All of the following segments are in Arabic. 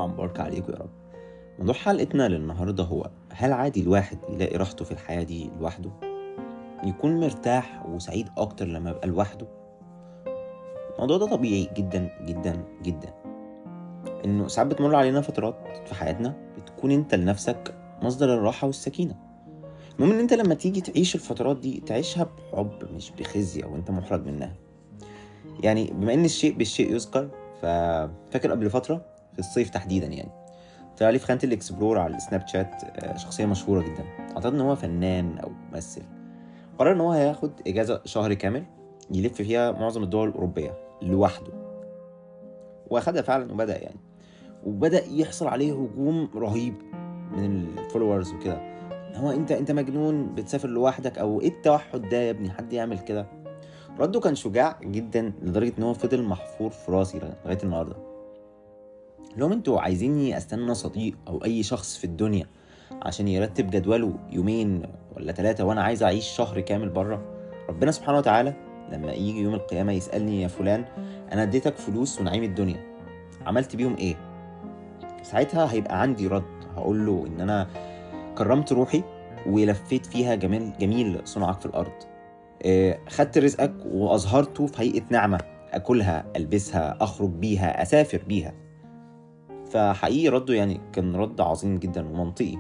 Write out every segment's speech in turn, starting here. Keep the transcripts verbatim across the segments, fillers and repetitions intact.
جمعة مباركة عليكم يا رب. موضوع حلقتنا للنهاردة هو: هل عادي الواحد يلاقي راحته في الحياة دي لوحده؟ يكون مرتاح وسعيد أكتر لما يبقى لوحده؟ الموضوع ده طبيعي جدا جدا جدا، إنه ساعات بتمر علينا فترات في حياتنا بتكون أنت لنفسك مصدر الراحة والسكينة. المهم إن أنت لما تيجي تعيش الفترات دي تعيشها بحب مش بخزي أو أنت محرج منها. يعني بما إن الشيء بالشيء يذكر، ففاكر قبل فترة في الصيف تحديدا يعني طلع لي في خانة الاكسبلور على السناب شات شخصية مشهورة جدا، اعتقد ان هو فنان او ممثل، قرر ان هو هياخد اجازة شهر كامل يلف فيها معظم الدول الاوروبية لوحده، واخدها فعلا وبدأ يعني وبدأ يحصل عليه هجوم رهيب من الفولورز وكده، ان هو انت انت مجنون بتسافر لوحدك، او ايه التوحد ده يا ابني، حد يعمل كده؟ رده كان شجاع جدا لدرجة ان هو فضل محفور في راسي لغاية النهاردة. لو انتوا عايزيني استنى صديق او اي شخص في الدنيا عشان يرتب جدوله يومين ولا ثلاثة وانا عايز اعيش شهر كامل بره، ربنا سبحانه وتعالى لما يجي يوم القيامة يسألني: يا فلان انا اديتك فلوس ونعيم الدنيا، عملت بيهم ايه؟ ساعتها هيبقى عندي رد، هقول له ان انا كرمت روحي ولفيت فيها جميل جميل صنعك في الارض، خدت رزقك واظهرته في هيئة نعمة اكلها البسها اخرج بيها اسافر بيها. فحقيقي رده يعني كان رد عظيم جدا ومنطقي.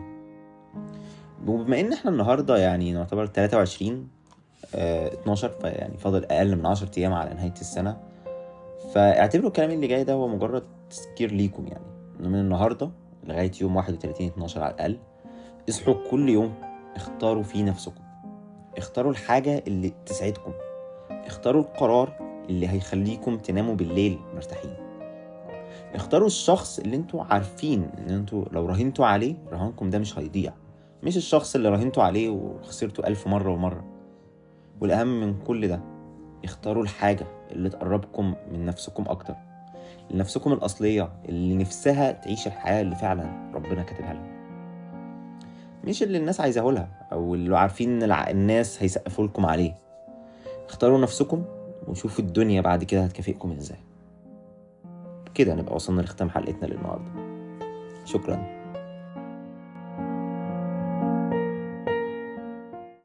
وبما ان احنا النهارده يعني نعتبر ثلاثة وعشرين اه اتناشر، فيعني فاضل اقل من عشرة ايام على نهايه السنه، فاعتبروا الكلام اللي جاي ده هو مجرد تذكير ليكم، يعني انه من النهارده لغايه يوم واحد وثلاثين اتناشر على الاقل اصحوا كل يوم، اختاروا فيه نفسكم، اختاروا الحاجه اللي تسعدكم، اختاروا القرار اللي هيخليكم تناموا بالليل مرتاحين، اختاروا الشخص اللي انتوا عارفين ان انتوا لو راهنتوا عليه رهانكم ده مش هيضيع، مش الشخص اللي راهنتوا عليه وخسرتوا ألف مرة ومرة. والأهم من كل ده، اختاروا الحاجة اللي تقربكم من نفسكم أكتر، لنفسكم الأصلية اللي نفسها تعيش الحياة اللي فعلا ربنا كاتبها لها، مش اللي الناس عايزاه لها أو اللي عارفين ان الناس هيسقفوا لكم عليه. اختاروا نفسكم وشوفوا الدنيا بعد كده هتكافئكم ازاي. كده نبقى وصلنا لختام حلقتنا للنهارده. شكرا.